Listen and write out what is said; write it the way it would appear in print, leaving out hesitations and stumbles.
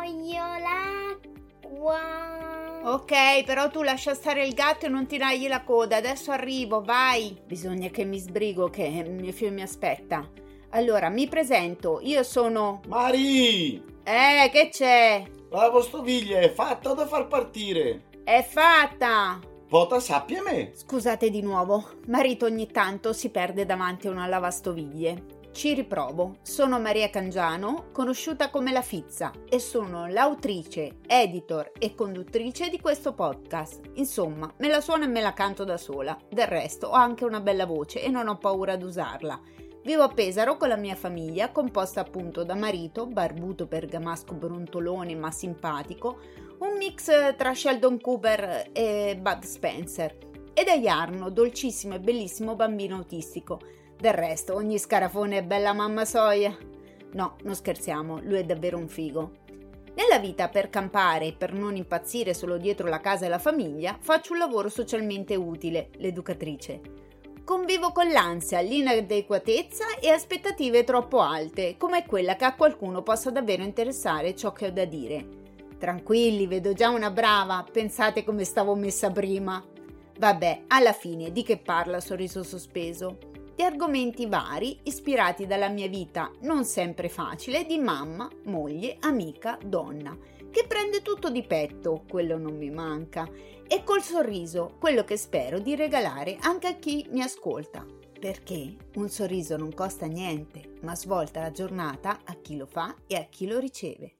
voglio l'acqua. Ok, però tu lascia stare il gatto e non tirargli la coda. Adesso arrivo, vai. Bisogna che mi sbrigo, che mio figlio mi aspetta. Allora, mi presento. Io sono... Mari! Che c'è? La lavastoviglie è fatta da far partire. È fatta! Vota sappi a me. Scusate di nuovo. Marito ogni tanto si perde davanti a una lavastoviglie. Ci riprovo. Sono Maria Cangiano, conosciuta come La Fizza, e sono l'autrice, editor e conduttrice di questo podcast. Insomma, me la suono e me la canto da sola. Del resto ho anche una bella voce e non ho paura ad usarla. Vivo a Pesaro con la mia famiglia, composta appunto da marito, barbuto bergamasco brontolone ma simpatico, un mix tra Sheldon Cooper e Bud Spencer, e da Jarno, dolcissimo e bellissimo bambino autistico. Del resto, ogni scarafone è bella mamma soia. No, non scherziamo, lui è davvero un figo. Nella vita, per campare e per non impazzire solo dietro la casa e la famiglia, faccio un lavoro socialmente utile, l'educatrice. Convivo con l'ansia, l'inadeguatezza e aspettative troppo alte, come quella che a qualcuno possa davvero interessare ciò che ho da dire. Tranquilli, vedo già una brava, pensate come stavo messa prima. Vabbè, alla fine, di che parla Sorriso Sospeso? Di argomenti vari, ispirati dalla mia vita non sempre facile di mamma, moglie, amica, donna, che prende tutto di petto, quello non mi manca, e col sorriso, quello che spero di regalare anche a chi mi ascolta, perché un sorriso non costa niente, ma svolta la giornata a chi lo fa e a chi lo riceve.